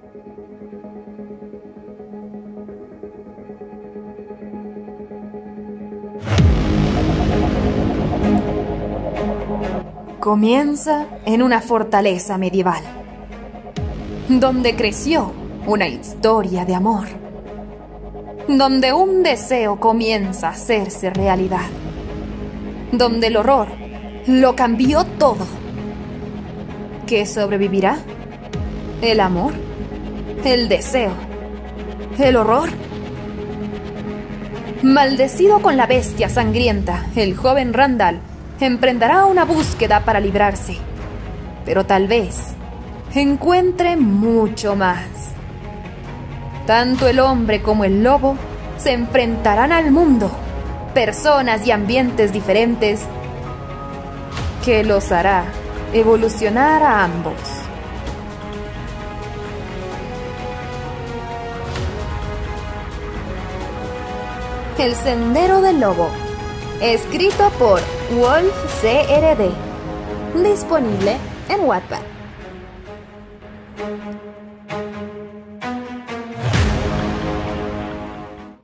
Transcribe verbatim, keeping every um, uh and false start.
Comienza en una fortaleza medieval, donde creció una historia de amor, donde un deseo comienza a hacerse realidad, donde el horror lo cambió todo. ¿Qué sobrevivirá? ¿El amor? ¿El deseo? ¿El horror? Maldecido con la bestia sangrienta, el joven Randall emprenderá una búsqueda para librarse, pero tal vez encuentre mucho más. Tanto el hombre como el lobo se enfrentarán al mundo, personas y ambientes diferentes, que los hará evolucionar a ambos. El Sendero del Lobo, escrito por Wolf C R D, disponible en Wattpad.